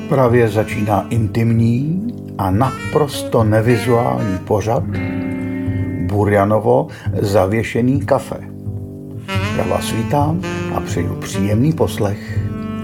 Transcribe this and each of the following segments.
Právě začíná intimní a naprosto nevizuální pořad Burjanovo zavěšený kafe. Já vás vítám a přeju příjemný poslech.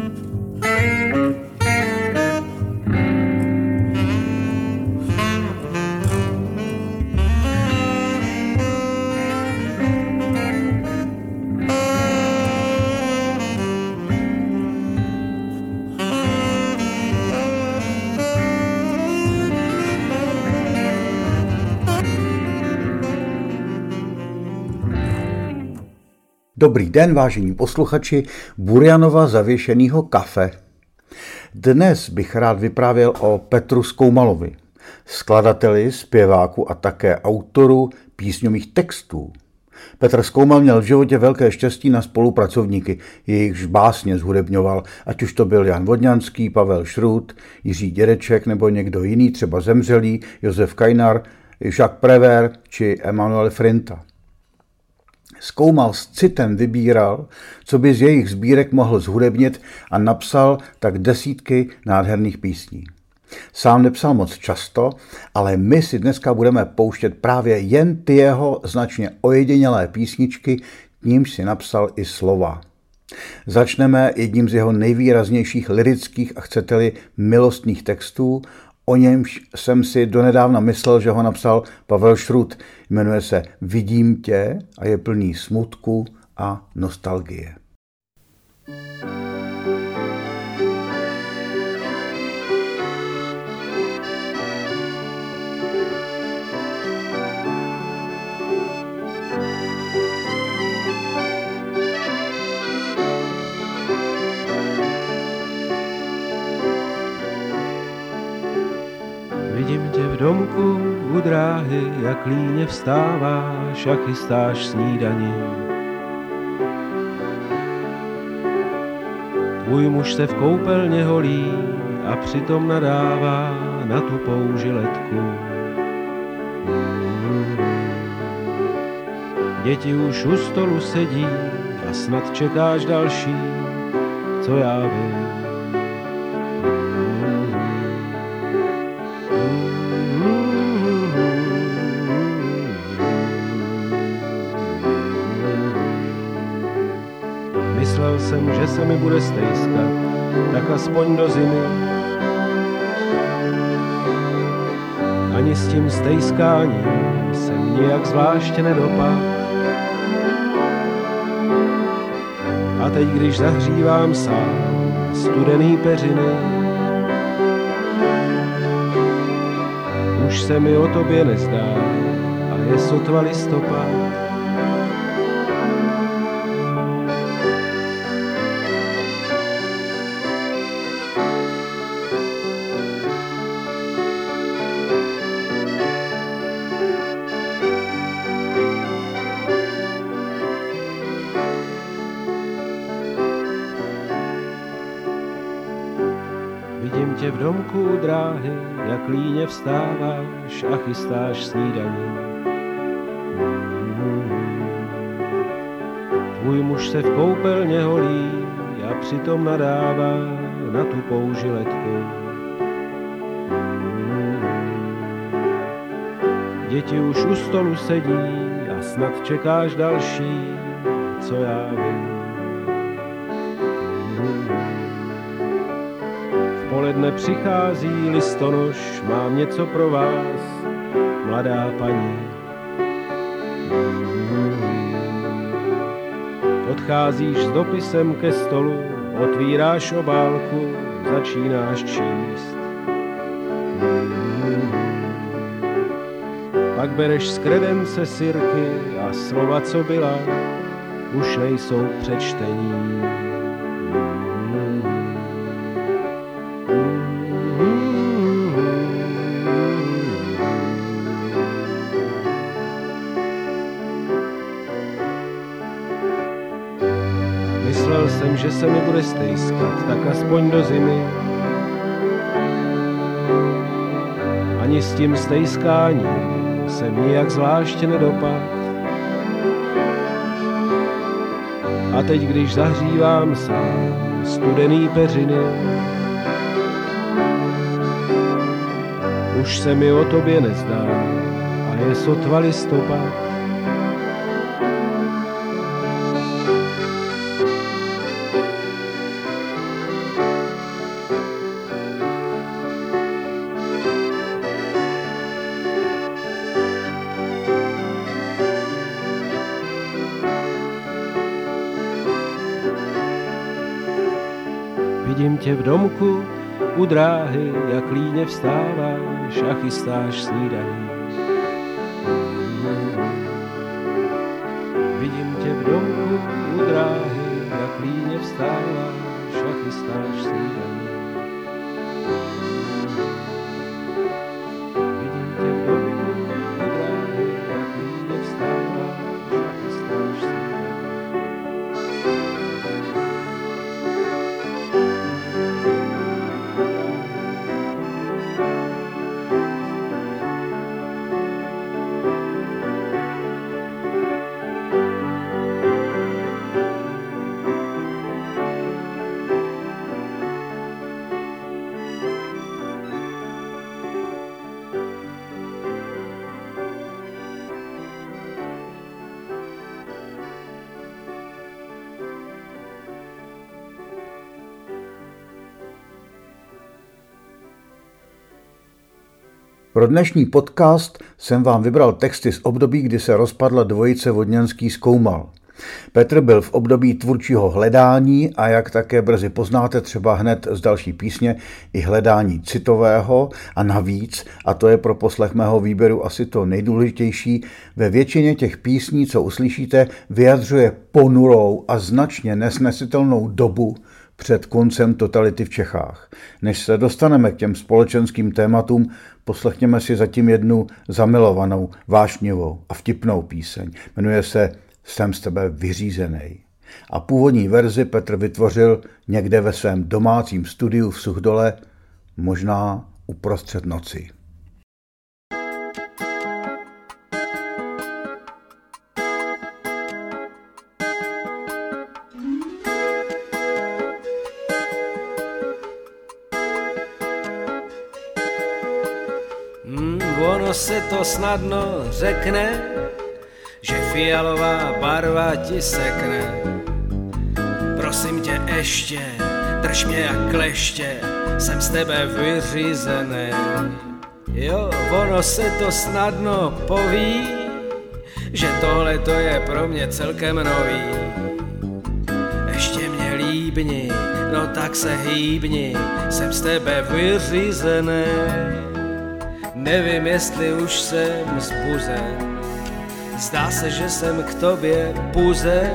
Dobrý den, vážení posluchači Burjanova zavěšenýho kafe. Dnes bych rád vyprávěl o Petru Skoumalovi, skladateli, zpěváku a také autoru písňových textů. Petr Skoumal měl v životě velké štěstí na spolupracovníky, jejichž básně zhudebňoval, ať už to byl Jan Vodňanský, Pavel Šrút, Jiří Dědeček nebo někdo jiný, třeba zemřelý, Josef Kajnar, Jacques Prévert či Emanuel Frinta. Skoumal s citem vybíral, co by z jejich sbírek mohl zhudebnit a napsal tak desítky nádherných písní. Sám nepsal moc často, ale my si dneska budeme pouštět právě jen ty jeho značně ojedinělé písničky, k nímž si napsal i slova. Začneme jedním z jeho nejvýraznějších lyrických a chcete-li milostných textů, o němž jsem si donedávna myslel, že ho napsal Pavel Šrút. Jmenuje se Vidím tě a je plný smutku a nostalgie. Vidím tě v domku u dráhy, jak líně vstáváš a chystáš snídani. Tvůj muž se v koupelně holí a přitom nadává na tupou žiletku. Děti už u stolu sedí a snad čekáš další, co já vím. Myslel jsem, že se mi bude stejskat, tak aspoň do zimy. Ani s tím stejskáním jsem nijak zvláště nedopad. A teď, když zahřívám sám studený peřiny, už se mi o tobě nezdá a je sotva listopad. Vidím tě v domku u dráhy, jak líně vstáváš a chystáš snídani. Tvůj muž se v koupelně holí a přitom nadává na tupou žiletku. Děti už u stolu sedí a snad čekáš další, co já vím. Poledne přichází listonoš, mám něco pro vás, mladá paní. Odcházíš s dopisem ke stolu, otvíráš obálku, začínáš číst. Pak bereš z kredence sirky a slova, co byla, už nejsou k přečtení. Myslel jsem, že se mi bude stejskat, tak aspoň do zimy. Ani s tím stejskáním jsem nijak zvláště nedopad. A teď, když zahřívám sám studený peřiny, už se mi o tobě nezdá a je sotva listopad. Vidím tě v domku u dráhy, jak líně vstáváš a chystáš snídaní. Vidím tě v domku u dráhy, jak líně vstáváš a chystáš snídaní. Vidím tě v domku u dráhy, jak líně vstáváš a chystáš snídaní. Pro dnešní podcast jsem vám vybral texty z období, kdy se rozpadla dvojice Vodňanský-Skoumal. Petr byl v období tvůrčího hledání a jak také brzy poznáte třeba hned z další písně, i hledání citového a navíc, a to je pro poslech mého výběru asi to nejdůležitější, ve většině těch písní, co uslyšíte, vyjadřuje ponurou a značně nesnesitelnou dobu před koncem totality v Čechách. Než se dostaneme k těm společenským tématům, poslechněme si zatím jednu zamilovanou, vášnivou a vtipnou píseň. Jmenuje se Jsem z tebe vyřízenej. A původní verzi Petr vytvořil někde ve svém domácím studiu v Suchdole, možná uprostřed noci. Ono se to snadno řekne, že fialová barva ti sekne. Prosím tě ještě, drž mě jak kleště, jsem z tebe vyřízený. Jo, ono se to snadno poví, že tohle to je pro mě celkem nový. Ještě mě líbni, no tak se hýbni, jsem z tebe vyřízený. Nevím, jestli už jsem zbuzen, zdá se, že jsem k tobě puzen,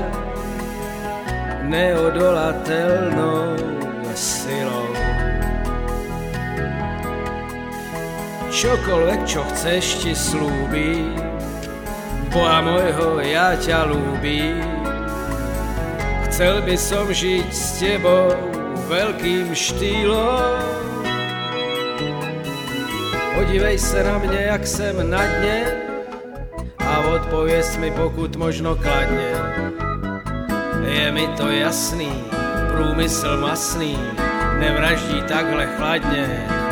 neodolatelnou silou. Čokoľvek, čo chceš, ti slúbí, Boha mojho, ja ťa ľúbim. Chcel by som žiť s tebou veľkým štýlom. Podívej se na mě, jak jsem na dně, a odpověz mi pokud možno kladně. Je mi to jasný, průmysl masný nevraždí takhle chladně.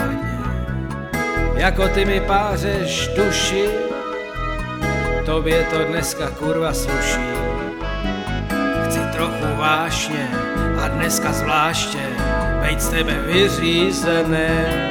Jako ty mi pářeš duši, tobě to dneska kurva sluší. Chci trochu vášně a dneska zvláště bejt z tebe vyřízený.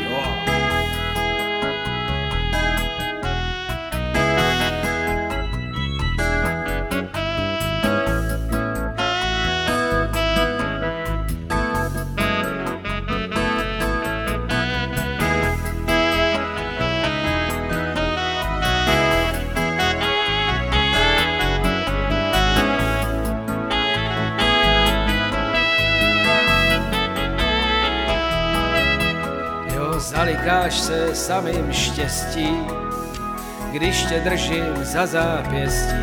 Zalikáš se samým štěstí, když tě držím za zápěstí.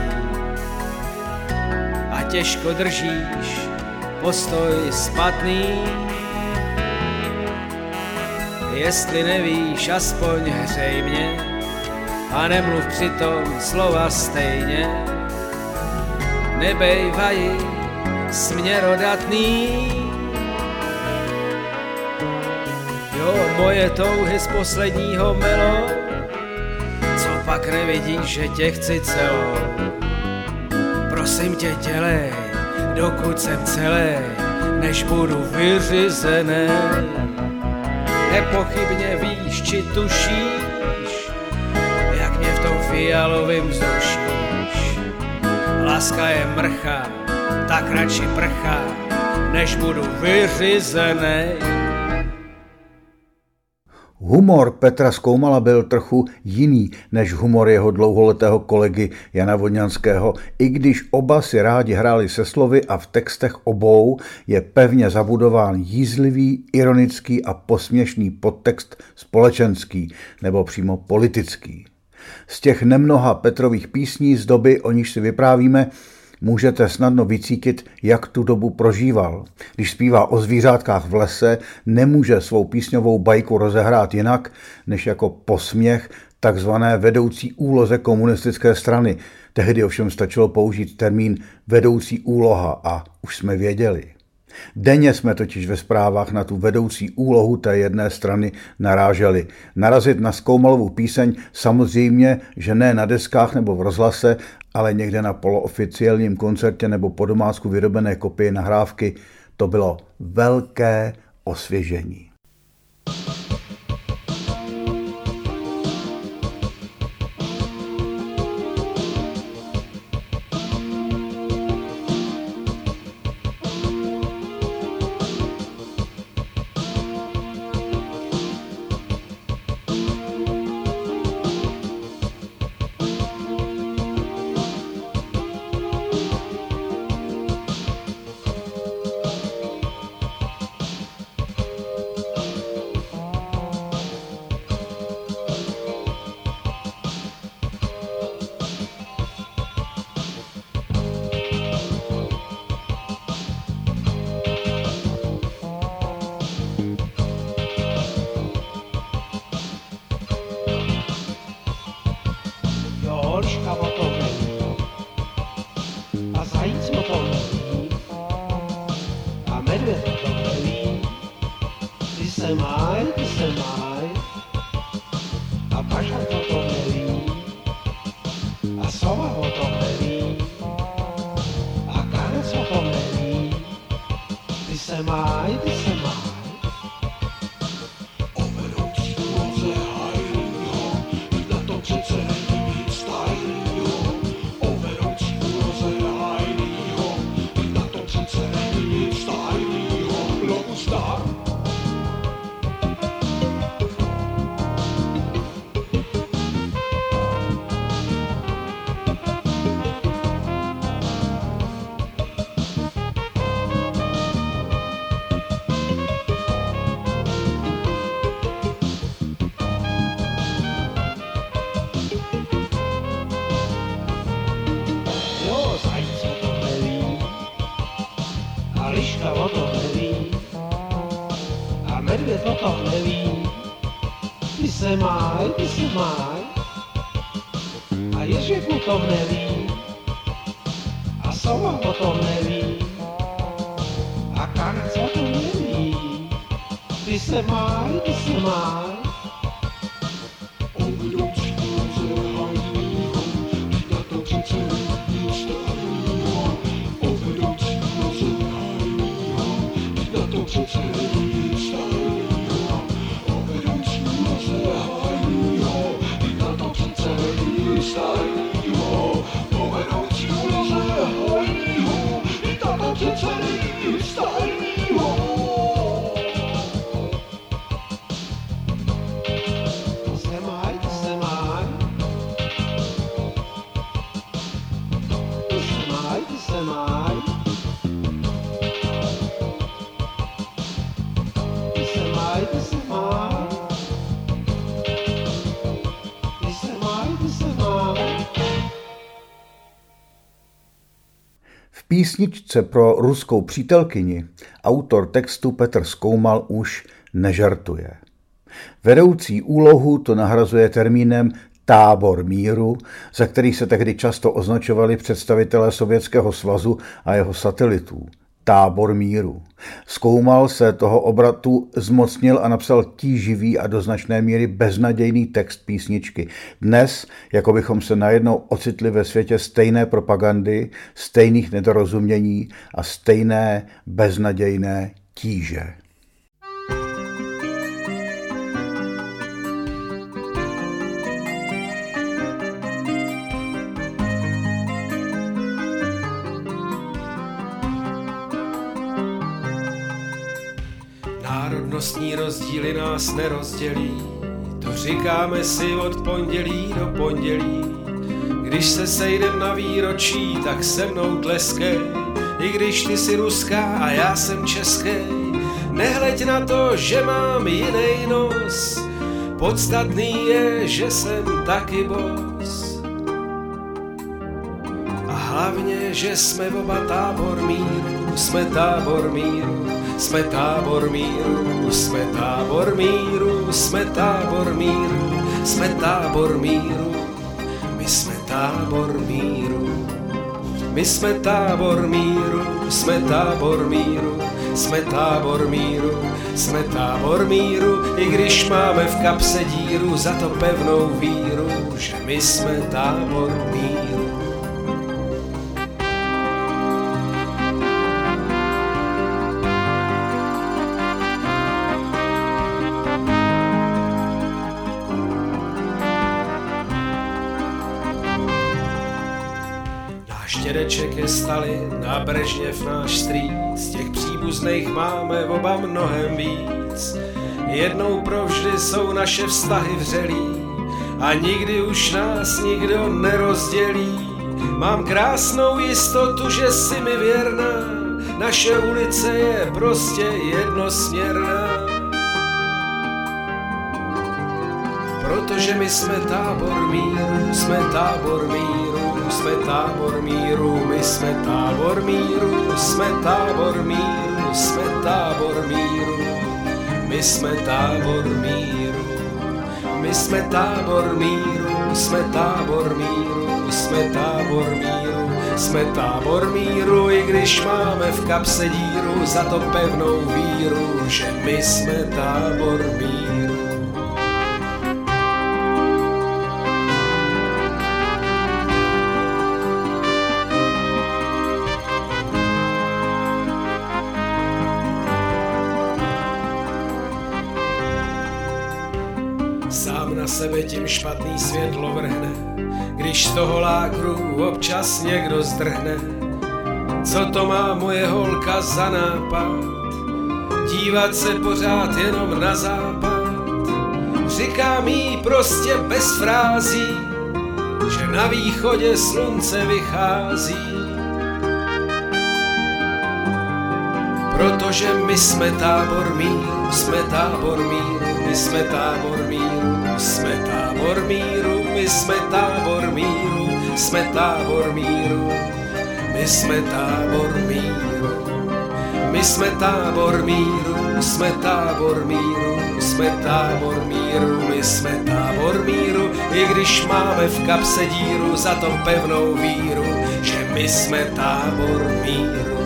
A těžko držíš postoj spatný. Jestli nevíš, aspoň hřej mě a nemluv přitom slova stejně. Nebejvají směrodatný. moje touhy z posledního melo, co pak nevidíš, že tě chci celou. Prosím tě, dělej, dokud jsem celý, než budu vyřizený. Nepochybně víš, či tušíš, jak mě v tom fialovým vzrušíš. Láska je mrcha, tak radši prcha, než budu vyřízený. Humor Petra Skoumala byl trochu jiný než humor jeho dlouholetého kolegy Jana Vodňanského, i když oba si rádi hráli se slovy a v textech obou je pevně zabudován jízlivý, ironický a posměšný podtext společenský nebo přímo politický. Z těch nemnoha Petrových písní z doby, o níž si vyprávíme, můžete snadno vycítit, jak tu dobu prožíval. Když zpívá o zvířátkách v lese, nemůže svou písňovou bajku rozehrát jinak, než jako posměch takzvané vedoucí úloze komunistické strany. Tehdy ovšem stačilo použít termín vedoucí úloha a už jsme věděli. Denně jsme totiž ve zprávách na tu vedoucí úlohu té jedné strany naráželi. Narazit na Skoumalovu píseň samozřejmě, že ne na deskách nebo v rozhlase, ale někde na polooficiálním koncertě nebo po domácku vyrobené kopii nahrávky, to bylo velké osvěžení. Liška o tom neví a zajíc o tom neví a medvěd o tom neví. Ty se máj a pažák o tom neví a sova o tom neví a kanec o tom neví. Ty se máj. Liška o tom neví a medvěd o tom neví. Ty se máj a ježek o tom neví a sova o tom neví a kanec o tom neví. Ty se máj. V písničce pro ruskou přítelkyni autor textu Petr Skoumal už nežartuje. Vedoucí úlohu to nahrazuje termínem tábor míru, za který se tehdy často označovali představitelé Sovětského svazu a jeho satelitů. Tábor míru. Zkoumal se toho obratu, zmocnil a napsal tíživý a do značné míry beznadějný text písničky. Dnes, jako bychom se najednou ocitli ve světě stejné propagandy, stejných nedorozumění a stejné beznadějné tíže. Národnostní rozdíly nás nerozdělí, to říkáme si od pondělí do pondělí. Když se sejdem na výročí, tak se mnou tleskej, i když ty jsi ruská a já jsem český. Nehleď na to, že mám jiný nos, podstatný je, že jsem taky boss. A hlavně, že jsme oba tábor míru, jsme tábor míru. Jsme tábor míru, jsme tábor míru, jsme tábor míru, jsme tábor míru, my jsme tábor míru. My jsme tábor míru, jsme tábor míru, jsme tábor míru, jsme tábor míru, i když máme v kapse díru, za to pevnou víru, že my jsme tábor míru. Dědeček je Stalin a Brežněv náš strýc, těch příbuzných máme oba mnohem víc. Jednou provždy jsou naše vztahy vřelý a nikdy už nás nikdo nerozdělí. Mám krásnou jistotu, že jsi mi věrná, naše ulice je prostě jednosměrná. Protože my jsme tábor míru, jsme tábor míru, jsme tábor míru, my jsme tábor míru, jsme tábor míru, jsme tábor míru, my jsme tábor míru, my jsme tábor míru, jsme tábor míru, jsme tábor míru, jsme tábor míru, i když máme v kapse díru, za to pevnou víru, že my jsme tábor míru. Sám na sebe tím špatný světlo vrhne, když z toho lágru občas někdo zdrhne. Co to má moje holka za nápad, dívat se pořád jenom na západ. Říkám jí prostě bez frází, že na východě slunce vychází. Protože my jsme tábor míru, jsme tábor míru, my jsme tábor míru, jsme tábor míru, my jsme tábor míru, jsme tábor míru, my jsme tábor míru, my jsme tábor míru, jsme tábor míru, jsme tábor míru, my jsme tábor míru, i když máme v kapse díru, za to pevnou víru, že my jsme tábor míru.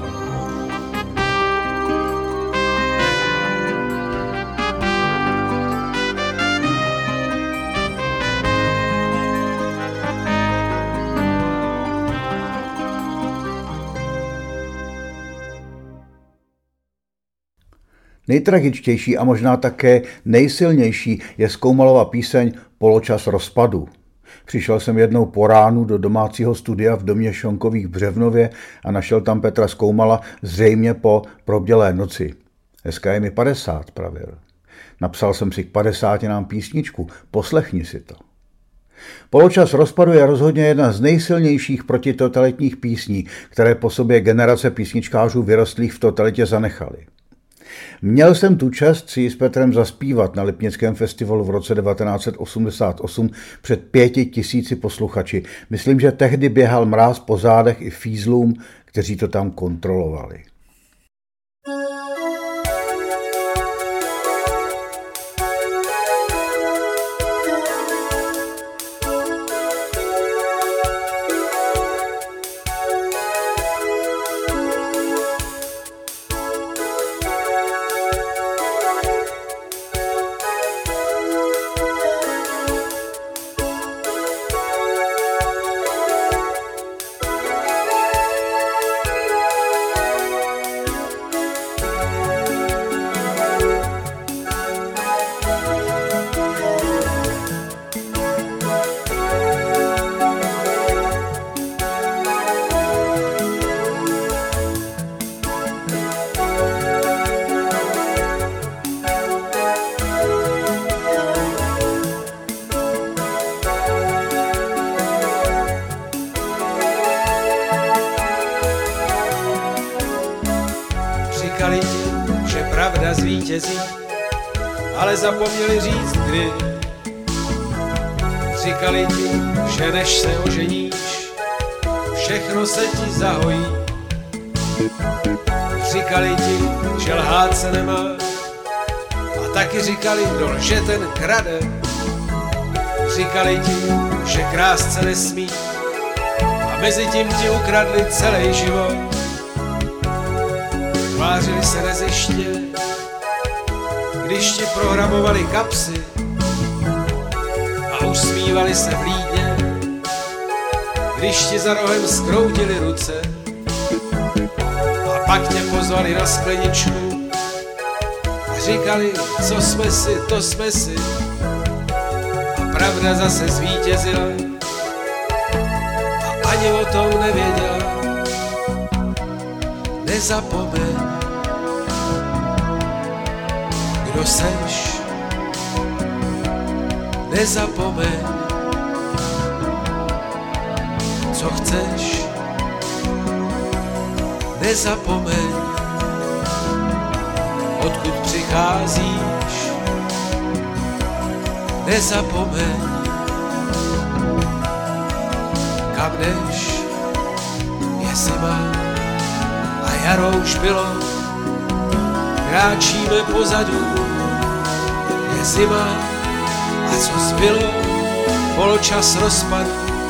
Nejtragičtější a možná také nejsilnější je Skoumalova píseň Poločas rozpadu. Přišel jsem jednou po ránu do domácího studia v domě Šonkových v Břevnově a našel tam Petra Skoumala zřejmě po probdělé noci. Dneska je mi 50, pravil. Napsal jsem si k 50 písničku, poslechni si to. Poločas rozpadu je rozhodně jedna z nejsilnějších protitotalitních písní, které po sobě generace písničkářů vyrostlých v totalitě zanechaly. Měl jsem tu čest si ji s Petrem zaspívat na Lipnickém festivalu v roce 1988 před 5000 posluchači. Myslím, že tehdy běhal mráz po zádech i fízlům, kteří to tam kontrolovali. Říkali ti, že pravda zvítězí, ale zapomněli říct kdy. Říkali ti, že než se oženíš, všechno se ti zahojí. Říkali ti, že lhát se nemá, a taky říkali, kdo lže, ten krade. Říkali ti, že krást se nesmí, a mezi tím ti ukradli celý život. Tvářili se neziště, když ti programovali kapsy, a usmívali se vlídně, když ti za rohem skroutili ruce. A pak tě pozvali na skleničku a říkali, co jsme si, to jsme si. A pravda zase zvítězila a ani o tom nevěděla. Nezapomeň, kdo seš. Nezapomeň, co chceš. Nezapomeň, odkud přicházíš. Nezapomeň, kam jdeš. Je zima a jaro už bylo, kráčíme pozadu. Je zima a co zbylo, poločas rozpadu.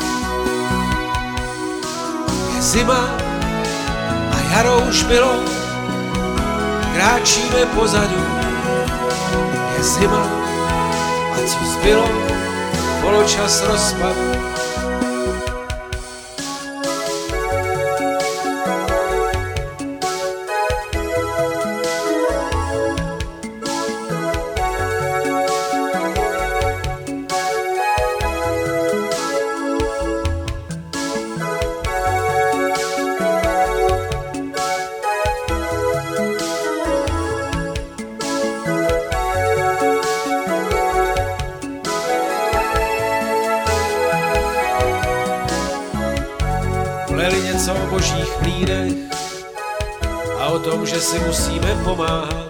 Je zima a jaro už bylo, kráčíme pozadu. Je zima a co zbylo, poločas rozpadu. Pleli něco o božích mlýnech a o tom, že si musíme pomáhat.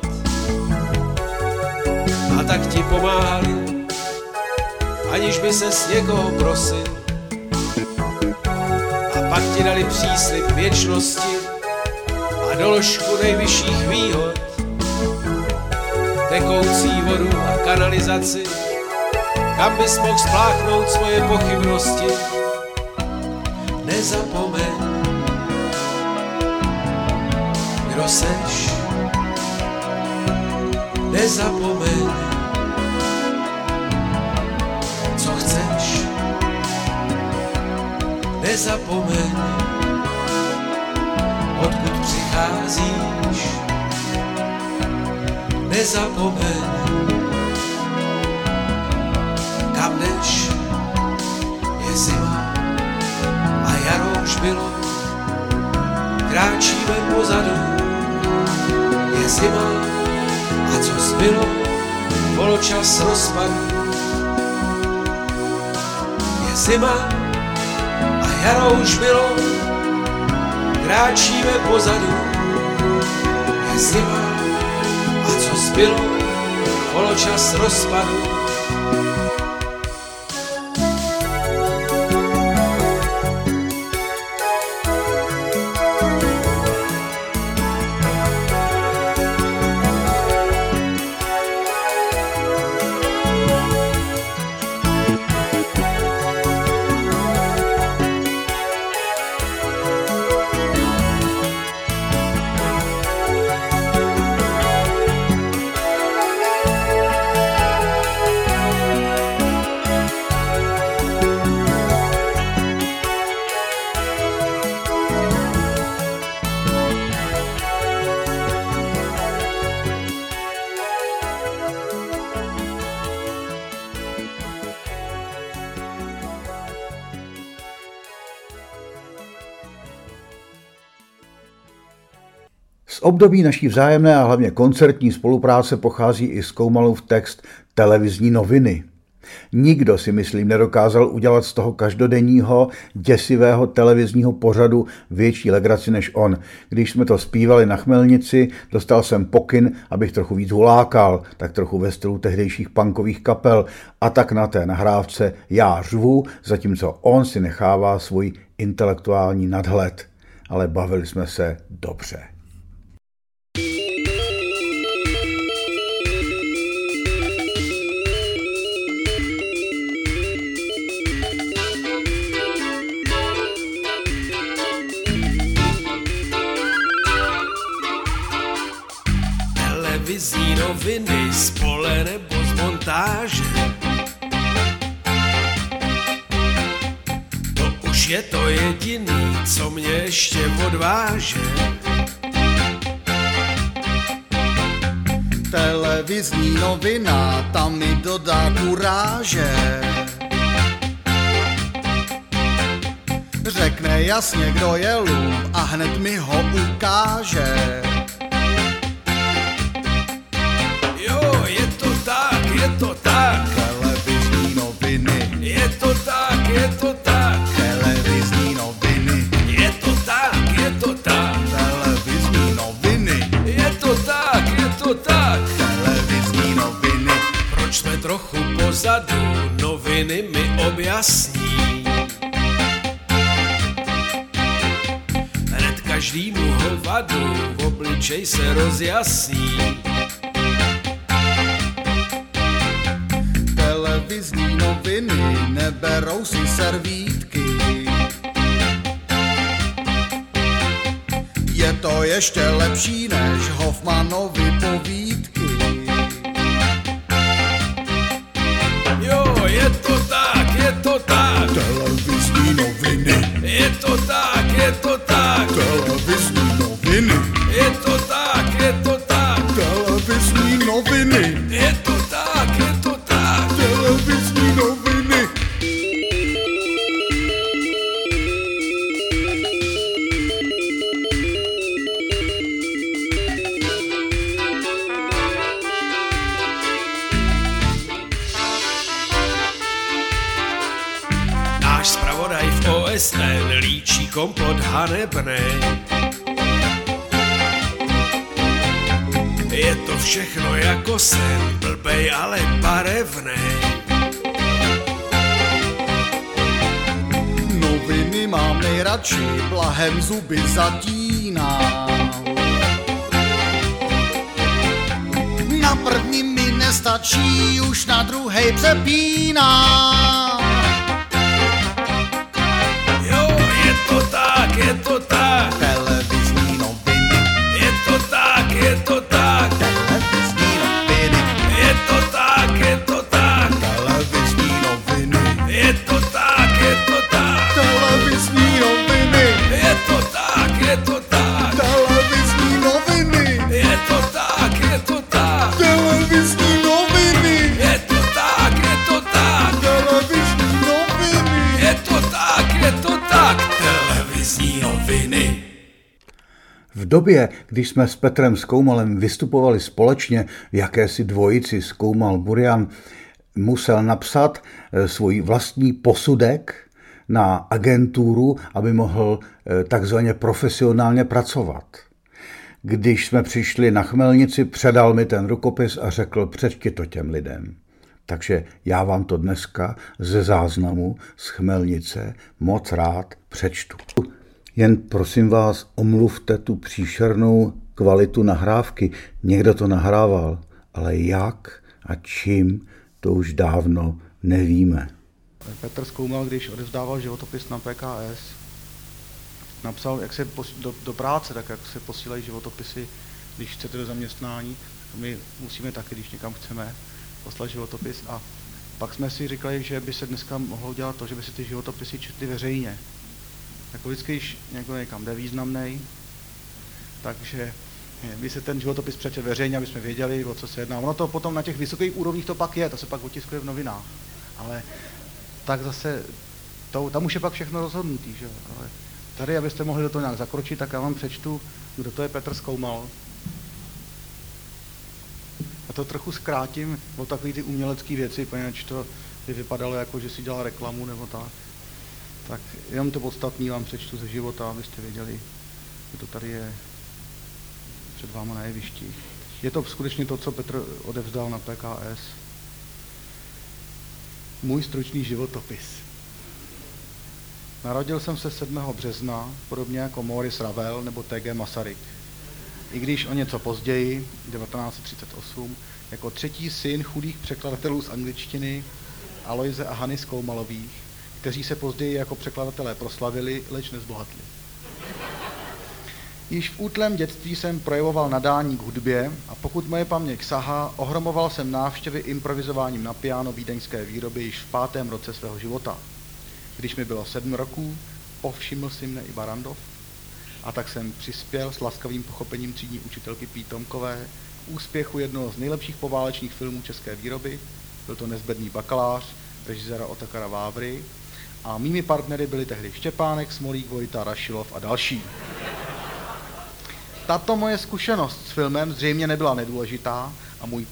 A tak ti pomáhali, aniž by ses někoho prosil. A pak ti dali příslib věčnosti a doložku nejvyšších výhod. Tekoucí vodu a kanalizaci, kam bys mohl spláchnout svoje pochybnosti. Nezapomeň, kdo seš. Nezapomeň, co chceš. Nezapomeň, odkud přicházíš. Nezapomeň, kam jdeš. Je zima a jaro už bylo, kráčíme pozadu. Je zima a co zbylo, poločas rozpadu. Je zima a jaro už bylo, kráčíme pozadu. Je zima a co zbylo, poločas rozpadu. Z období naší vzájemné a hlavně koncertní spolupráce pochází i Zkoumalův text Televizní noviny. Nikdo si myslím nedokázal udělat z toho každodenního děsivého televizního pořadu větší legraci než on. Když jsme to zpívali na Chmelnici, dostal jsem pokyn, abych trochu víc hulákal, tak trochu ve stylu tehdejších punkových kapel, a tak na té nahrávce já řvu, zatímco on si nechává svůj intelektuální nadhled. Ale bavili jsme se dobře. Televizní noviny z pole nebo z montáže. To už je to jediný, co mě ještě odváže. Televizní novina, tam mi dodá kuráže. Řekne jasně, kdo je lump a hned mi ho ukáže. Je to tak, Televizní noviny, je to tak, je to tak, televizní noviny, je to tak, je to tak, televizní noviny, je to tak, je to tak. televizní noviny. Proč jsme trochu pozadu, noviny mi objasní. Hned každýmu hovadu v obličej se rozjasní. Televizní noviny neberou si servítky. Je to ještě lepší než Hoffmanovy povídky. Je to tak, je to tak, Televizní noviny, je to tak, je to tak, televizní noviny, je to tak, je to tak, televizní noviny, je to tak, je to tak. televizní noviny. Náš zpravodaj v OSN líčí kompot hanebnej. Je to všechno jako sen, blbej, ale barevnej. Noviny mám nejradši, blahem zuby zatínám. Na první mi nestačí, už na druhej přepínám. Je to tak, je to tak, Televizní noviny, je to tak, je to tak, televizní noviny, je to tak, je to tak, televizní noviny, je to tak, je to tak, televizní noviny, je to tak, je to tak, televizní noviny, je to tak, je to tak, televizní noviny, je to tak, je to tak, televizní noviny. je to tak, je to tak, televizní noviny. V době, když jsme s Petrem Skoumalem vystupovali společně v jakési dvojici Skoumal Burian, musel napsat svůj vlastní posudek na agenturu, aby mohl takzvaně profesionálně pracovat. Když jsme přišli na Chmelnici, předal mi ten rukopis a řekl, přečti to těm lidem. Takže já vám to dneska ze záznamu z Chmelnice moc rád přečtu. Jen prosím vás, omluvte tu příšernou kvalitu nahrávky. Někdo to nahrával, ale jak a čím, to už dávno nevíme. Petr Skoumal, když odevzdával životopis na PKS, napsal, jak se do práce, tak jak se posílají životopisy, když chcete do zaměstnání. My musíme taky, když někam chceme, poslat životopis. A pak jsme si říkali, že by se dneska mohlo dělat to, že by se ty životopisy četly veřejně. Jako vždycky, když někdo někam jde významnej, takže by se ten životopis přečetl veřejně, aby jsme věděli, o co se jedná. Ono to potom na těch vysokých úrovních to pak je, to se pak otiskuje v novinách. Ale tak zase, tam už je pak všechno rozhodnutý, že? Ale tady, abyste mohli do toho nějak zakročit, tak já vám přečtu, kdo to je Petr Skoumal. A to trochu zkrátím o takové ty umělecké věci, poněvadž to by vypadalo jako, že si dělal reklamu nebo tak. Tak jenom to podstatný vám přečtu ze života, abyste věděli, že to tady je před váma na jevišti. Je to skutečně to, co Petr odevzdal na PKS. Můj stručný životopis. Narodil jsem se 7. března, podobně jako Maurice Ravel nebo T.G. Masaryk. I když o něco později, 1938, jako třetí syn chudých překladatelů z angličtiny Aloise a Hany Skoumalových, kteří se později jako překladatelé proslavili, leč nezbohatli. Již v útlém dětství jsem projevoval nadání k hudbě a pokud moje paměť sahá, ohromoval jsem návštěvy improvizováním na piano vídeňské výroby již v 5. roce svého života. Když mi bylo 7 roků, povšiml si mne i Barrandov a tak jsem přispěl s laskavým pochopením třídní učitelky Pítomkové k úspěchu jednoho z nejlepších poválečných filmů české výroby. Byl to Nezbedný bakalář režiséra Otakara Vávry a mými partnery byli tehdy Štěpánek, Smolík, Vojta, Rašilov a další. Tato moje zkušenost s filmem zřejmě nebyla nedůležitá a můj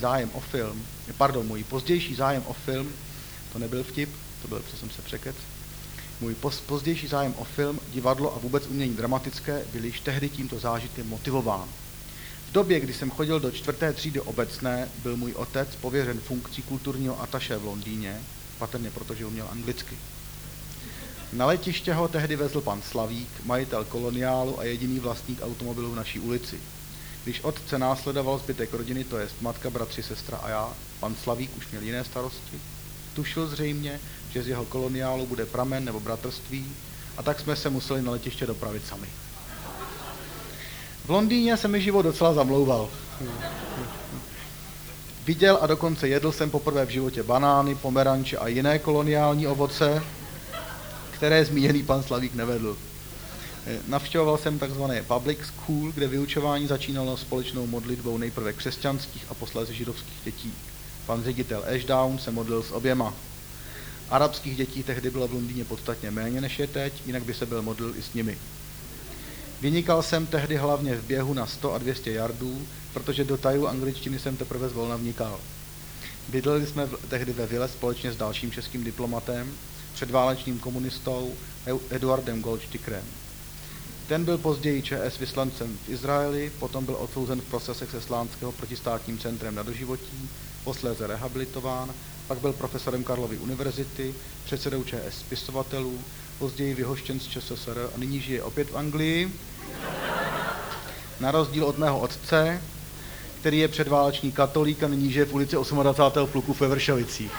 pozdější zájem o film, to nebyl vtip, to byl, co jsem se překec, můj pozdější zájem o film, divadlo a vůbec umění dramatické byl již tehdy tímto zážitkem motivován. V době, kdy jsem chodil do 4. třídy obecné, byl můj otec pověřen funkcí kulturního ataše v Londýně, patrně protože uměl anglicky. Na letiště ho tehdy vezl pan Slavík, majitel koloniálu a jediný vlastník automobilu v naší ulici. Když otce následoval zbytek rodiny, to jest matka, bratři, sestra a já, pan Slavík už měl jiné starosti. Tušil zřejmě, že z jeho koloniálu bude pramen nebo bratrství, a tak jsme se museli na letiště dopravit sami. V Londýně se mi život docela zamlouval. Viděl a dokonce jedl jsem poprvé v životě banány, pomeranče a jiné koloniální ovoce, které zmíněný pan Slavík nevedl. Navštěvoval jsem takzvané public school, kde vyučování začínalo společnou modlitbou nejprve křesťanských a posléze židovských dětí. Pan ředitel Ashdown se modlil s oběma. Arabských dětí tehdy bylo v Londýně podstatně méně než je teď, jinak by se byl modlil i s nimi. Vynikal jsem tehdy hlavně v běhu na 100 a 200 yardů, protože do tajů angličtiny jsem teprve zvolna vnikal. Bydleli jsme tehdy ve vile společně s dalším českým diplomatem, předválečným komunistou Eduardem Goldstikrem. Ten byl později ČS vyslancem v Izraeli, potom byl odsouzen v procesech se Slánského protistátním centrem na doživotí, posléze rehabilitován, pak byl profesorem Karlovy univerzity, předsedou ČS spisovatelů, později vyhoštěn z ČSSR a nyní žije opět v Anglii. Na rozdíl od mého otce, který je předválečný katolík a nyní žije v ulici 28. pluku ve Vršovicích.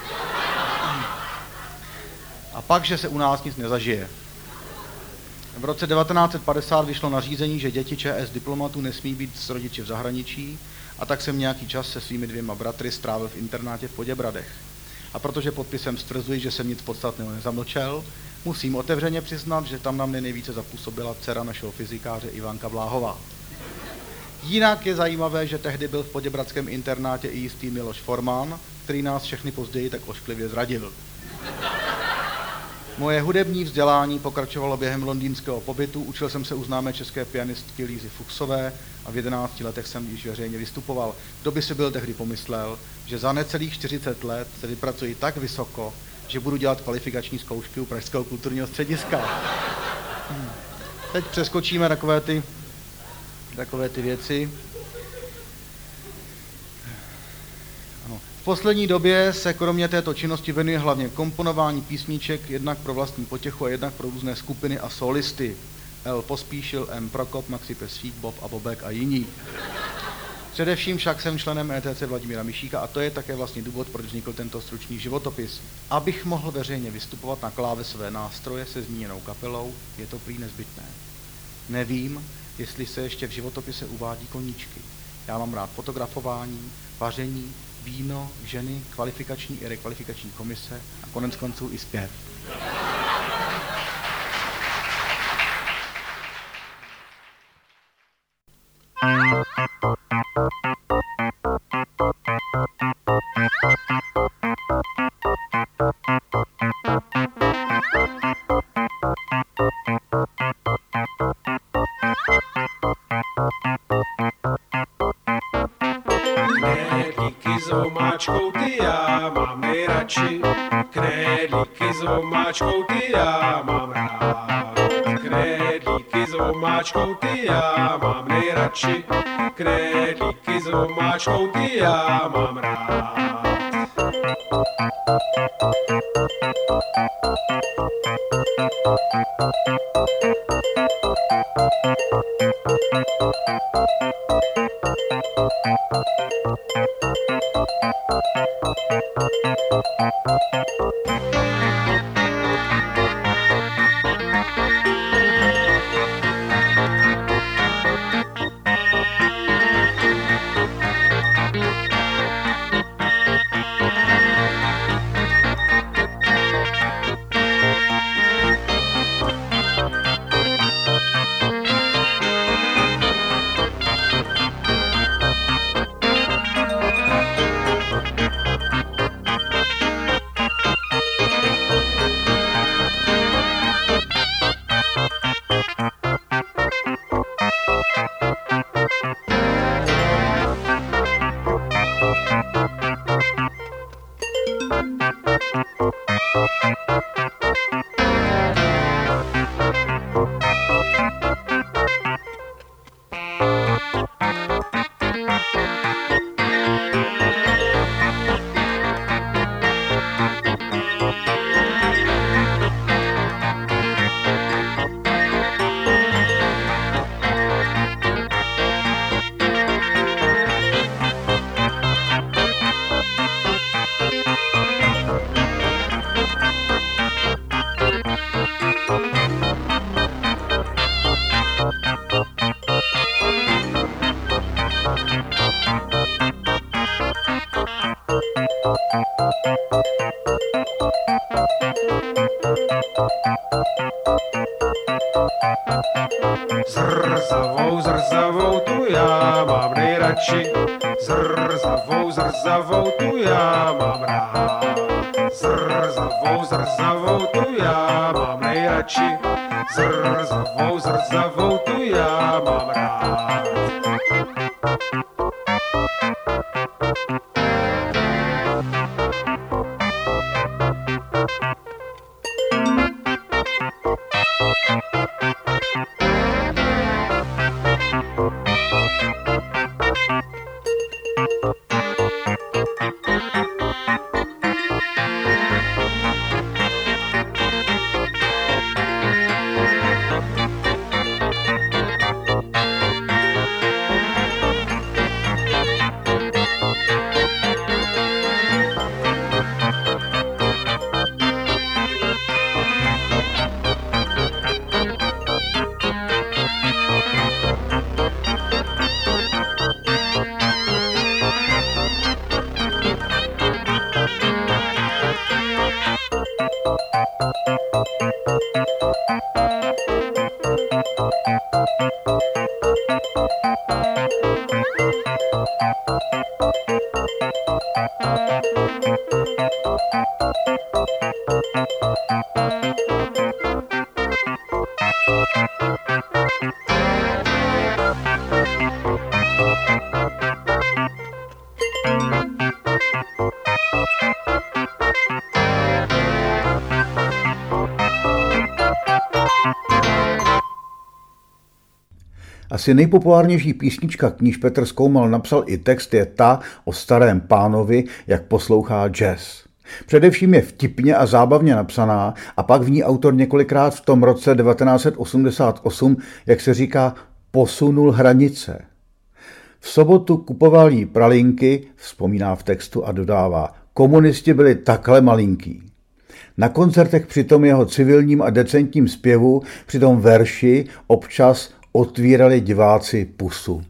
A pak, že se u nás nic nezažije. V roce 1950 vyšlo nařízení, že děti ČS diplomatů nesmí být s rodiči v zahraničí, a tak jsem nějaký čas se svými 2 bratry strávil v internátě v Poděbradech. A protože podpisem stvrzuji, že jsem nic podstatného nezamlčel, musím otevřeně přiznat, že tam na mě nejvíce zapůsobila dcera našeho fyzikáře Ivanka Bláhová. Jinak je zajímavé, že tehdy byl v poděbradském internátě i jistý Miloš Forman, který nás všechny později tak ošklivě zradil. Moje hudební vzdělání pokračovalo během londýnského pobytu, učil jsem se u známé české pianistky Lízy Fuchsové a v 11 letech jsem již veřejně vystupoval. Kdo by si byl tehdy pomyslel, že za necelých 40 let se vypracuji tak vysoko, že budu dělat kvalifikační zkoušky u Pražského kulturního střediska. Teď přeskočíme takové ty věci. V poslední době se kromě této činnosti věnuje hlavně komponování písniček, jednak pro vlastní potěchu a jednak pro různé skupiny a solisty. L. Pospíšil, M. Prokop, Maxi Pesfík, Bob a Bobek a jiní. Především však jsem členem ETC Vladimíra Mišíka a to je také vlastně důvod, proč vznikl tento stručný životopis. Abych mohl veřejně vystupovat na klávesové nástroje se zmíněnou kapelou, je to prý nezbytné. Nevím, jestli se ještě v životopise uvádí koníčky. Já mám rád fotografování, vaření, víno, ženy, kvalifikační i rekvalifikační komise a konec konců i zpěv. Díky s omáčkou ty já mám nejradši. omáčkou, ty já mám rád. Knedlíky s omáčkou, ty já mám nejradši. Knedlíky s omáčkou, ty já mám rád. Zrzavou, tu já mám nejradši. Zrzavou, tu já mám rád. Zrzavou, tu já mám nejradši. Zrzavou, tu já mám rád. Asi nejpopulárnější písnička, k níž Petr Zkoumal napsal i text, je ta o starém pánovi, jak poslouchá jazz. Především je vtipně a zábavně napsaná a pak v ní autor několikrát v tom roce 1988, jak se říká, posunul hranice. V sobotu kupoval jí pralinky, vzpomíná v textu a dodává, komunisti byli takhle malinký. Na koncertech při tom jeho civilním a decentním zpěvu, při tom verši občas otvírali diváci pusu.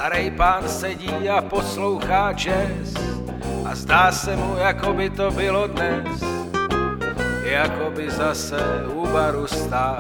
Starý pán sedí a poslouchá jazz a zdá se mu, jako by to bylo dnes, jako by zase u baru stál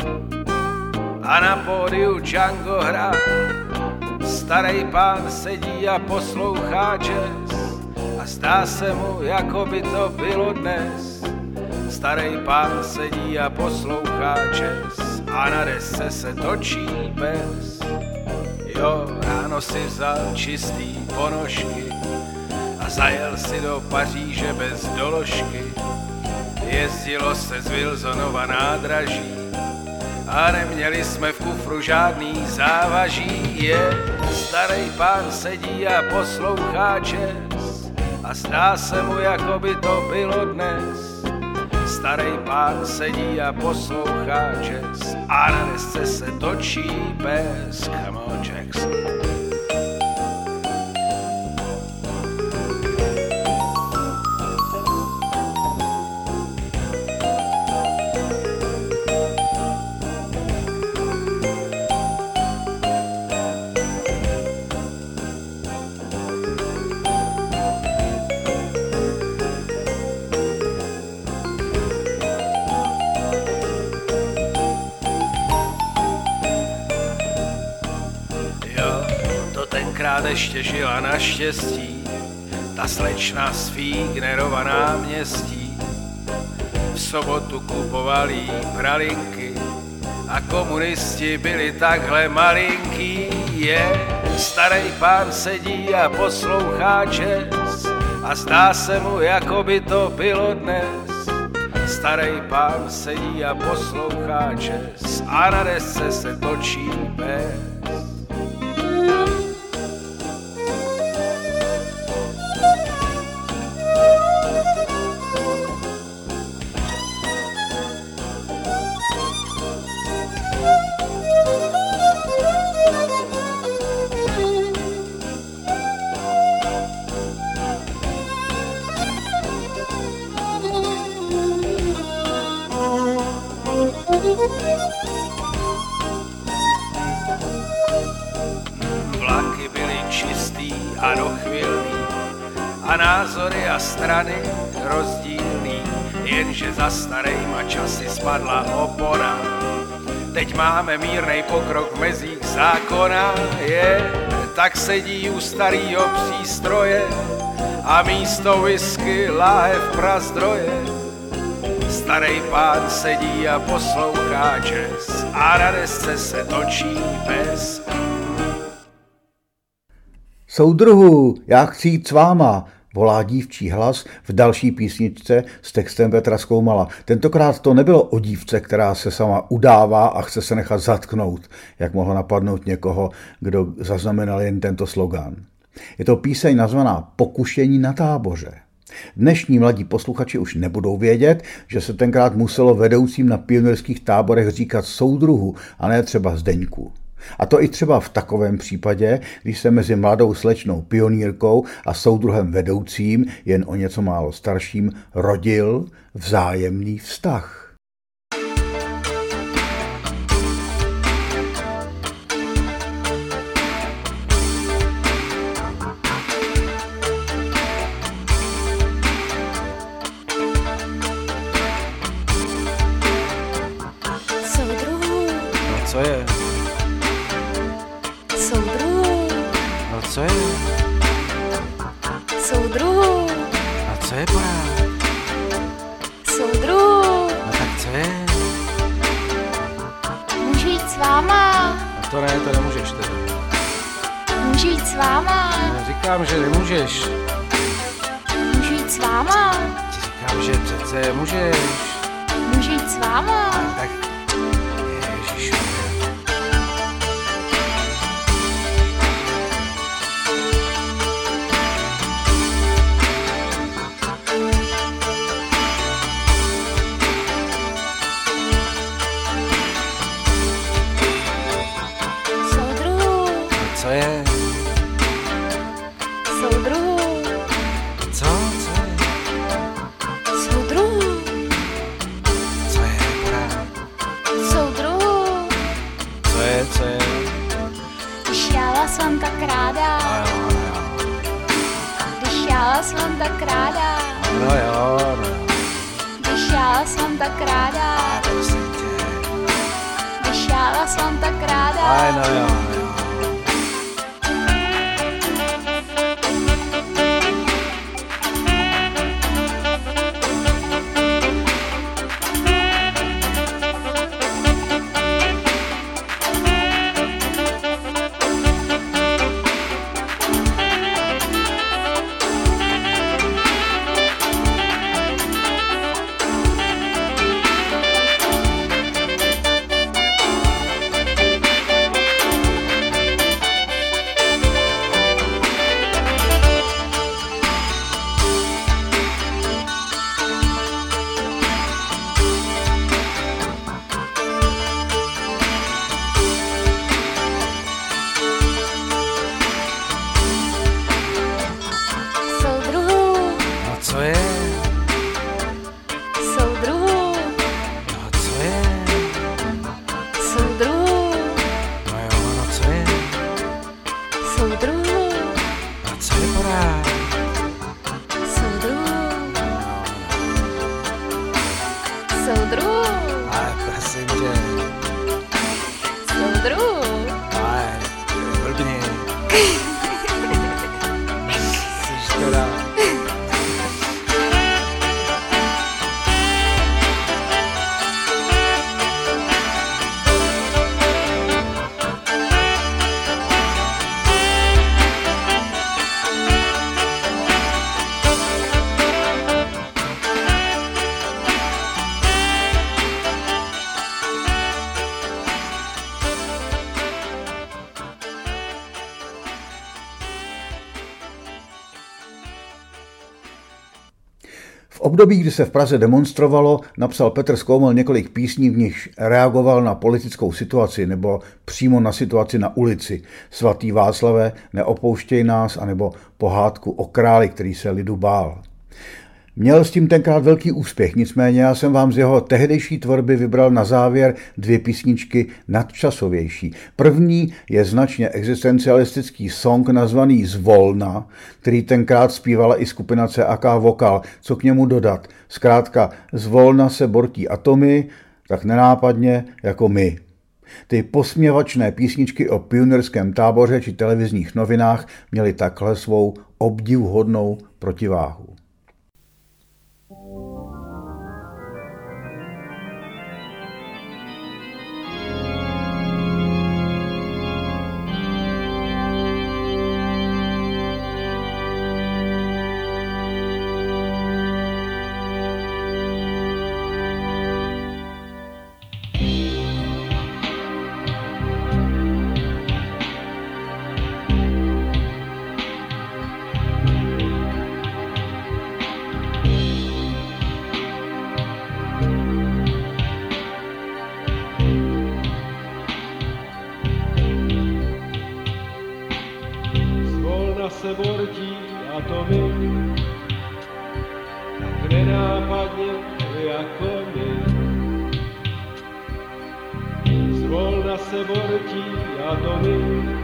a na pódiu Django hrál. Starý pán sedí a poslouchá jazz a zdá se mu, jako by to bylo dnes. Starý pán sedí a poslouchá jazz a na desce se točí pes. Jo, ráno si vzal čistý ponožky a zajel si do Paříže bez doložky. Jezdilo se z Wilsonova nádraží a neměli jsme v kufru žádný závaží. Starý pán sedí a poslouchá jazz a zdá se mu, jako by to bylo dnes. Starý pán sedí a poslouchá jazz a na desce se točí pes. Come on, Jackson. Tenkrát ještě žila naštěstí ta slečna z Fígnerova náměstí. V sobotu kupovali pralinky a komunisti byli takhle malinký. Starý pán sedí a poslouchá jazz a zdá se mu, jako by to bylo dnes. Starý pán sedí a poslouchá jazz a na desce se točí pes. Vlaky byly čistý a dochvilný a názory a strany rozdílný, jenže za starejma časy spadla opora. Teď máme mírnej pokrok v mezích zákona, tak sedí u starýho přístroje a místo whisky láhev prazdroje. Starý pán sedí a poslouchá jazz a na desce se točí pes. Soudruhu, já chci jít s váma, volá dívčí hlas v další písničce s textem Petra Skoumala. Tentokrát to nebylo o dívce, která se sama udává a chce se nechat zatknout, jak mohlo napadnout někoho, kdo zaznamenal jen tento slogan. Je to píseň nazvaná Pokušení na táboře. Dnešní mladí posluchači už nebudou vědět, že se tenkrát muselo vedoucím na pionýrských táborech říkat soudruhu a ne třeba Zdeňku. A to i třeba v takovém případě, když se mezi mladou slečnou pionýrkou a soudruhem vedoucím, jen o něco málo starším, rodil vzájemný vztah. Co je? Soudruhu. No co je? Soudruhu. A co je porád? Soudruhu. No tak co je? Můžu jít s váma? No to ne, to nemůžeš teda. Můžu jít s váma? No, říkám, že nemůžeš. Můžu jít s váma? Ti říkám, že přece můžeš. Můžu jít s váma? Tak ježišu. Co je? Soudruhu. Co? Co je? Soudruhu. Co je porád? Soudruhu. Co je? Co je? Když já vás vás mám tak ráda. Když já vás mám tak ráda. No jo. Když já vás mám tak ráda. Prosím tě. Když já vás mám tak ráda. No jo. V období, kdy se v Praze demonstrovalo, napsal Petr Zkoumal několik písní, v nichž reagoval na politickou situaci nebo přímo na situaci na ulici. Svatý Václave, neopouštěj nás, anebo pohádku o králi, který se lidu bál. Měl s tím tenkrát velký úspěch, nicméně já jsem vám z jeho tehdejší tvorby vybral na závěr 2 písničky nadčasovější. První je značně existencialistický song nazvaný Zvolna, který tenkrát zpívala i skupina CAK Vokal. Co k němu dodat? Zkrátka, zvolna se bortí atomy, tak nenápadně jako my. Ty posměvačné písničky o pionýrském táboře či televizních novinách měly takhle svou obdivuhodnou protiváhu. se bortí atomy, tak nenápadně jako my. Zvolna se bortí atomy,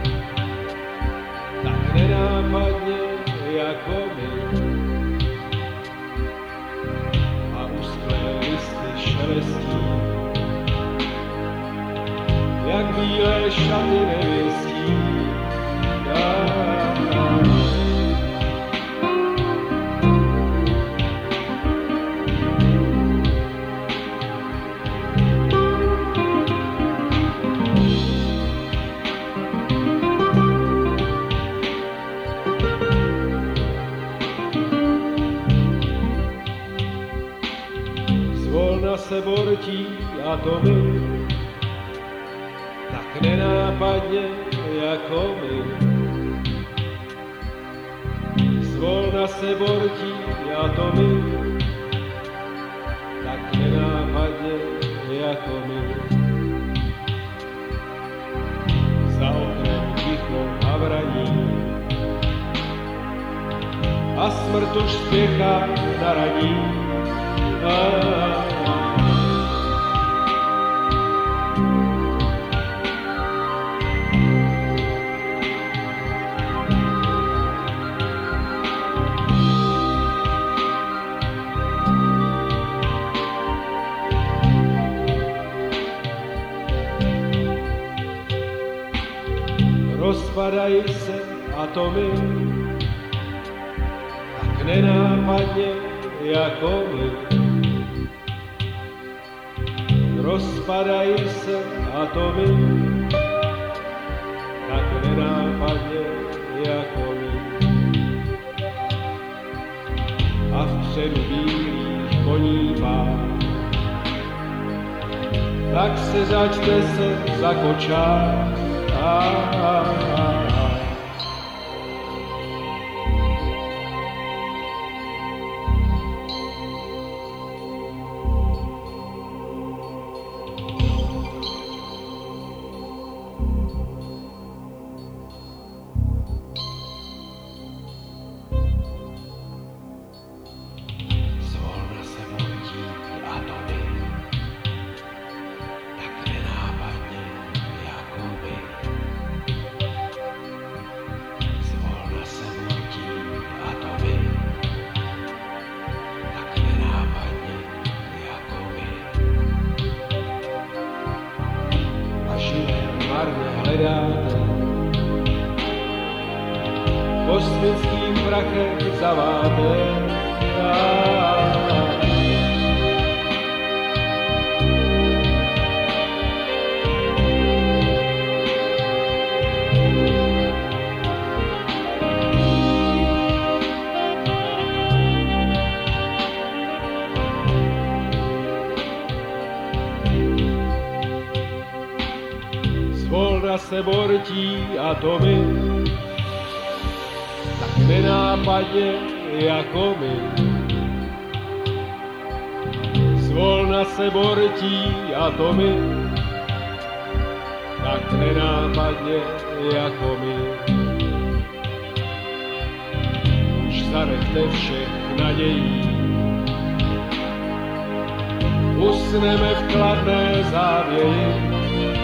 tak nenápadně jako my. A usklé listy šelestí, jak bílé šaty nevěstí. Zvolna se bortí atomy, tak nenápadně jako my. Zvolna se bortí atomy, tak nenápadně jako my. Za oknem ticho a vraní a smrt už spěchá na raní. rozpadají se atomy, tak nenápadně jako my. Rozpadají se atomy, tak nenápadně jako my. A vpředu bílých koní pár, tak se začte se za kočár. Kosmickým prachem zaváte. Zvolna se bortí atomy, tak nenápadně jako my. Zvolna se bortí atomy, tak nenápadně jako my. Už zanechte všech nadějí, usneme v kladné závěji.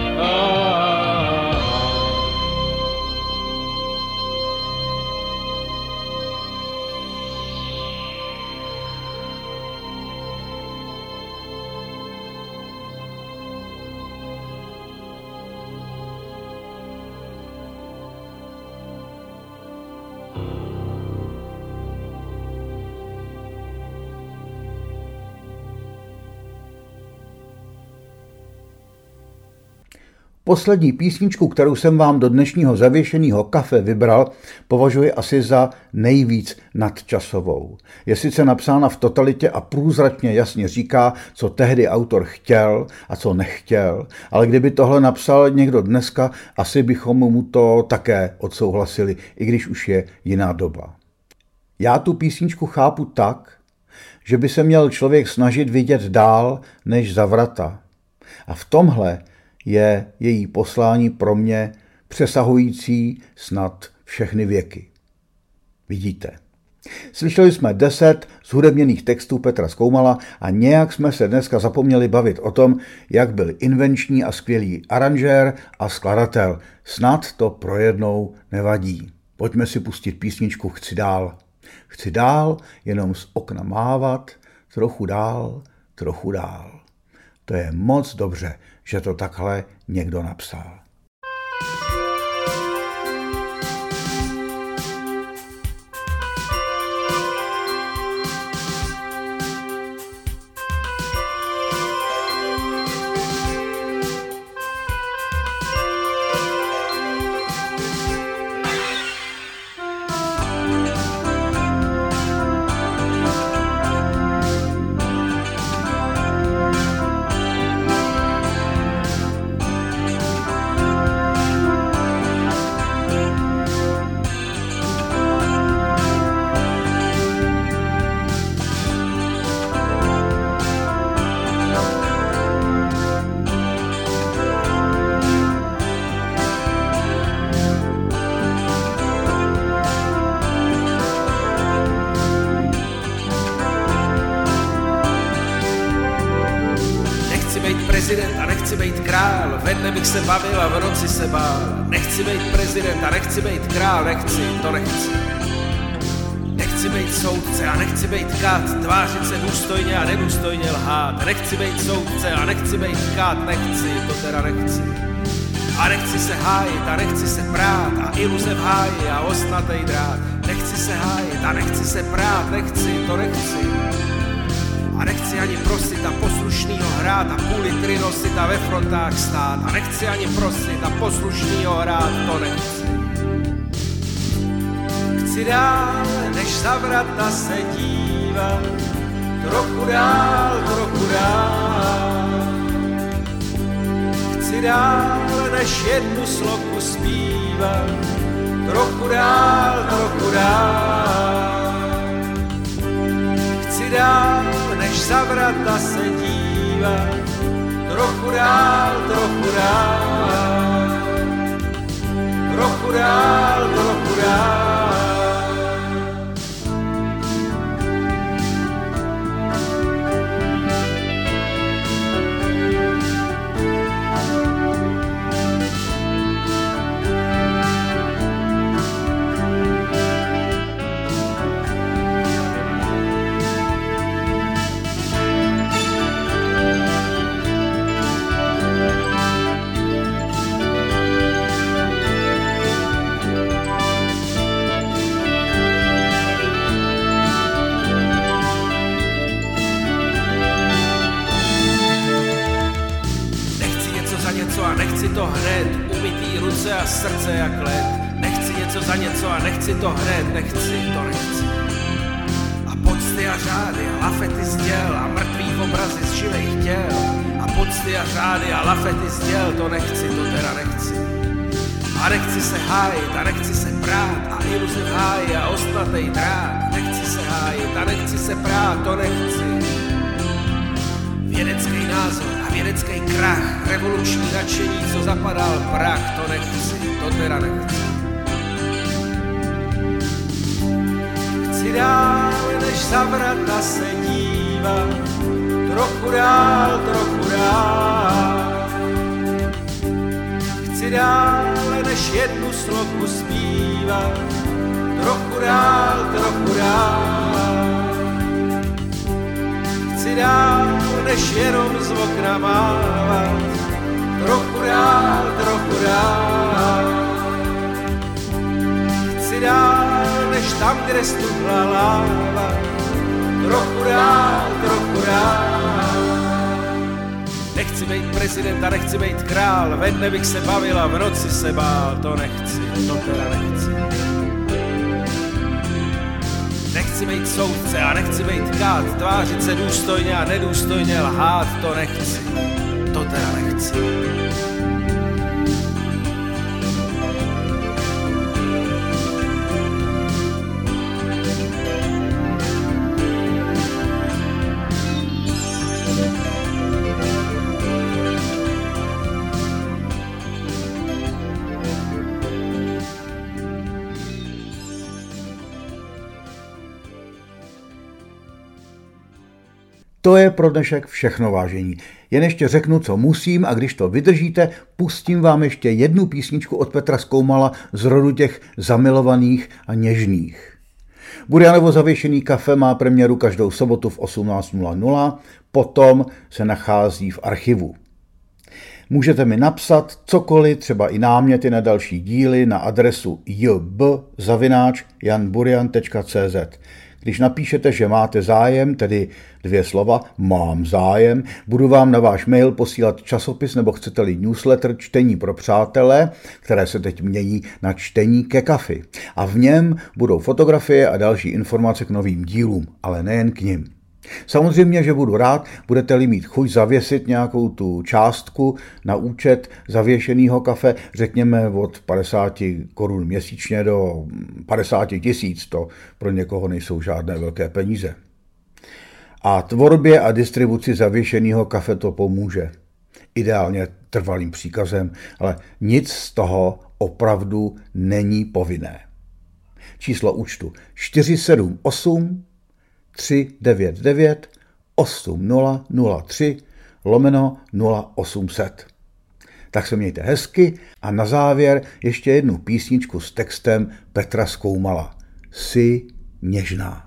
Poslední písničku, kterou jsem vám do dnešního zavěšeného kafe vybral, považuji asi za nejvíc nadčasovou. Je sice napsána v totalitě a průzračně jasně říká, co tehdy autor chtěl a co nechtěl, ale kdyby tohle napsal někdo dneska, asi bychom mu to také odsouhlasili, i když už je jiná doba. Já tu písničku chápu tak, že by se měl člověk snažit vidět dál než za vrata. A v tomhle je její poslání pro mě přesahující snad všechny věky. Vidíte. Slyšeli jsme 10 z hudebněných textů Petra Skoumala a nějak jsme se dneska zapomněli bavit o tom, jak byl invenční a skvělý aranžér a skladatel. Snad to pro jednou nevadí. Pojďme si pustit písničku Chci dál. Chci dál, jenom z okna mávat, trochu dál, trochu dál. To je moc dobře, že to takhle někdo napsal. A nechci být král, ve dne bych se bavil a v noci se bál. Nechci být prezident a nechci být král, nechci, to nechci. Nechci být soudce a nechci být kat, tvářit se důstojně a nedůstojně lhát. Nechci být soudce a nechci být kat, nechci, to teda nechci. A nechci se hájit a nechci se prát a iluze v háji a ostnatej drát. Nechci se hájit a nechci se prát, nechci, to nechci. A nechci ani prosit a poslušnýho hrát a půl litry nosit a ve frontách stát. A nechci ani prosit a poslušnýho hrát, to nechci. Chci dál, než za vrata se dívat, trochu dál, trochu dál. Chci dál, než jednu sloku zpívat, trochu dál, trochu dál. Chci dál, než za vrata se dívat, trochu dál, trochu dál. Trochu dál, trochu dál. Nechci to hned, umytý ruce a srdce jak led. Nechci něco za něco a nechci to hned, nechci, to nechci. A pocty a řády a lafety z děl a mrtvých obrazy z živých těl. A pocty a řády a lafety z děl, to nechci, to teda nechci. A nechci se hájit a nechci se prát a iluze v háji a ostnatej drát. Nechci se hájit a nechci se prát, to nechci. Vědecký názor a vědecký krach, revoluční nadšení, co zapadal prach, to nechci, to teda nechci. Chci dál, než za vrata se dívat, trochu dál, trochu dál. Chci dál, než jednu sloku zpívat, trochu dál, trochu dál. Chci dál, než jenom z okna mávat, trochu dál, trochu dál. Chci dál, než tam, kde stuhla láva, trochu dál, trochu dál. Nechci být prezident a nechci být král, ve dne bych se bavil a v noci se bál, to nechci, to teda nechci. Nechci být soudce a nechci být kát, tvářit se důstojně a nedůstojně lhát, to nechci, to teda nechci. To je pro dnešek všechno, vážení. Jen ještě řeknu, co musím, a když to vydržíte, pustím vám ještě jednu písničku od Petra Skoumala z rodu těch zamilovaných a něžných. Burianovo zavěšený kafe má premiéru každou sobotu v 18:00, potom se nachází v archivu. Můžete mi napsat cokoliv, třeba i náměty na další díly na adresu jb@janburian.cz. Když napíšete, že máte zájem, tedy 2 slova, mám zájem, budu vám na váš mail posílat časopis nebo chcete-li newsletter Čtení pro přátele, které se teď mění na Čtení ke kafi. A v něm budou fotografie a další informace k novým dílům, ale nejen k nim. Samozřejmě, že budu rád, budete-li mít chuť zavěsit nějakou tu částku na účet zavěšenýho kafe, řekněme od 50 korun měsíčně do 50 000, to pro někoho nejsou žádné velké peníze. A tvorbě a distribuci zavěšenýho kafe to pomůže. Ideálně trvalým příkazem, ale nic z toho opravdu není povinné. Číslo účtu 478 399 8003 /0800. Tak se mějte hezky a na závěr ještě jednu písničku s textem Petra Skoumala. Jsi něžná.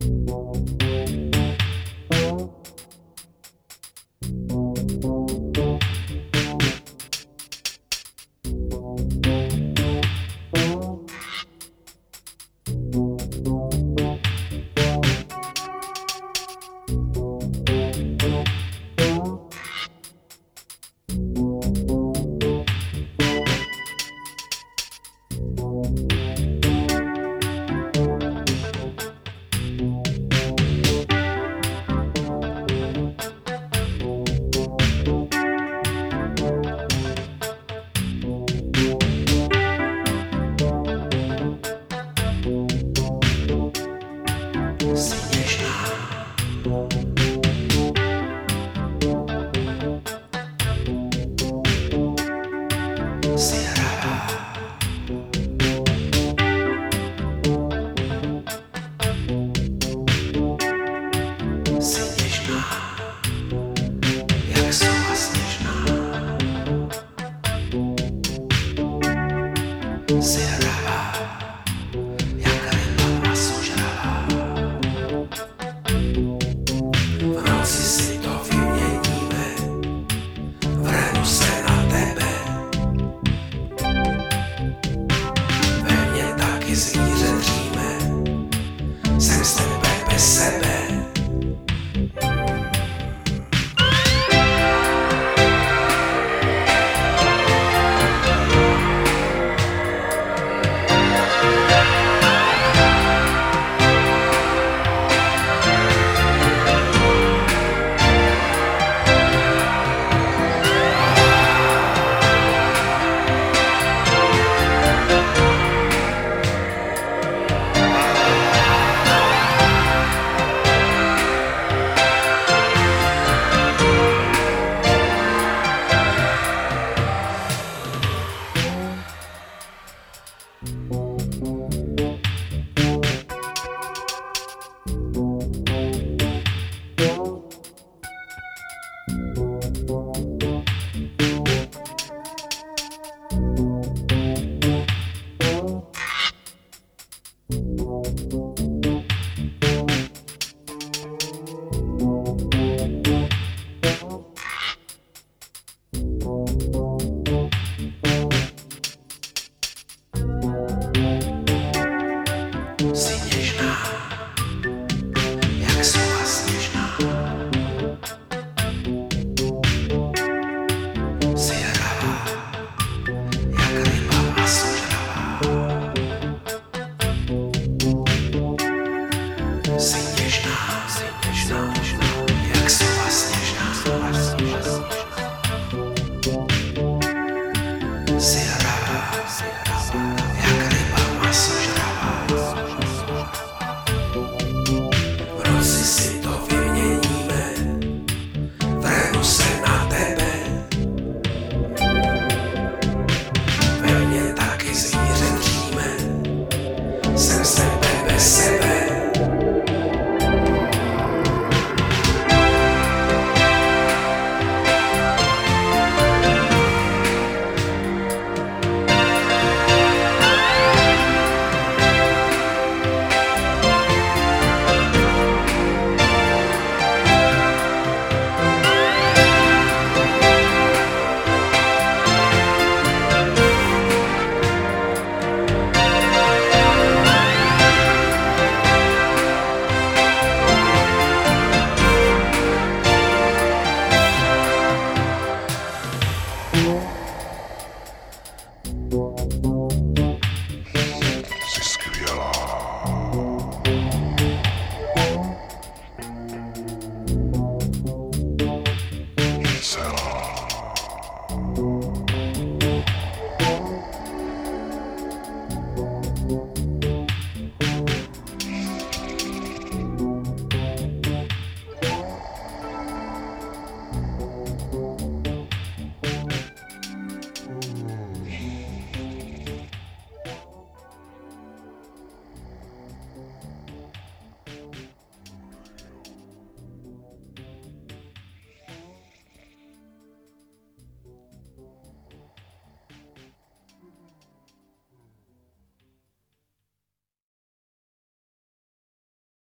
Sing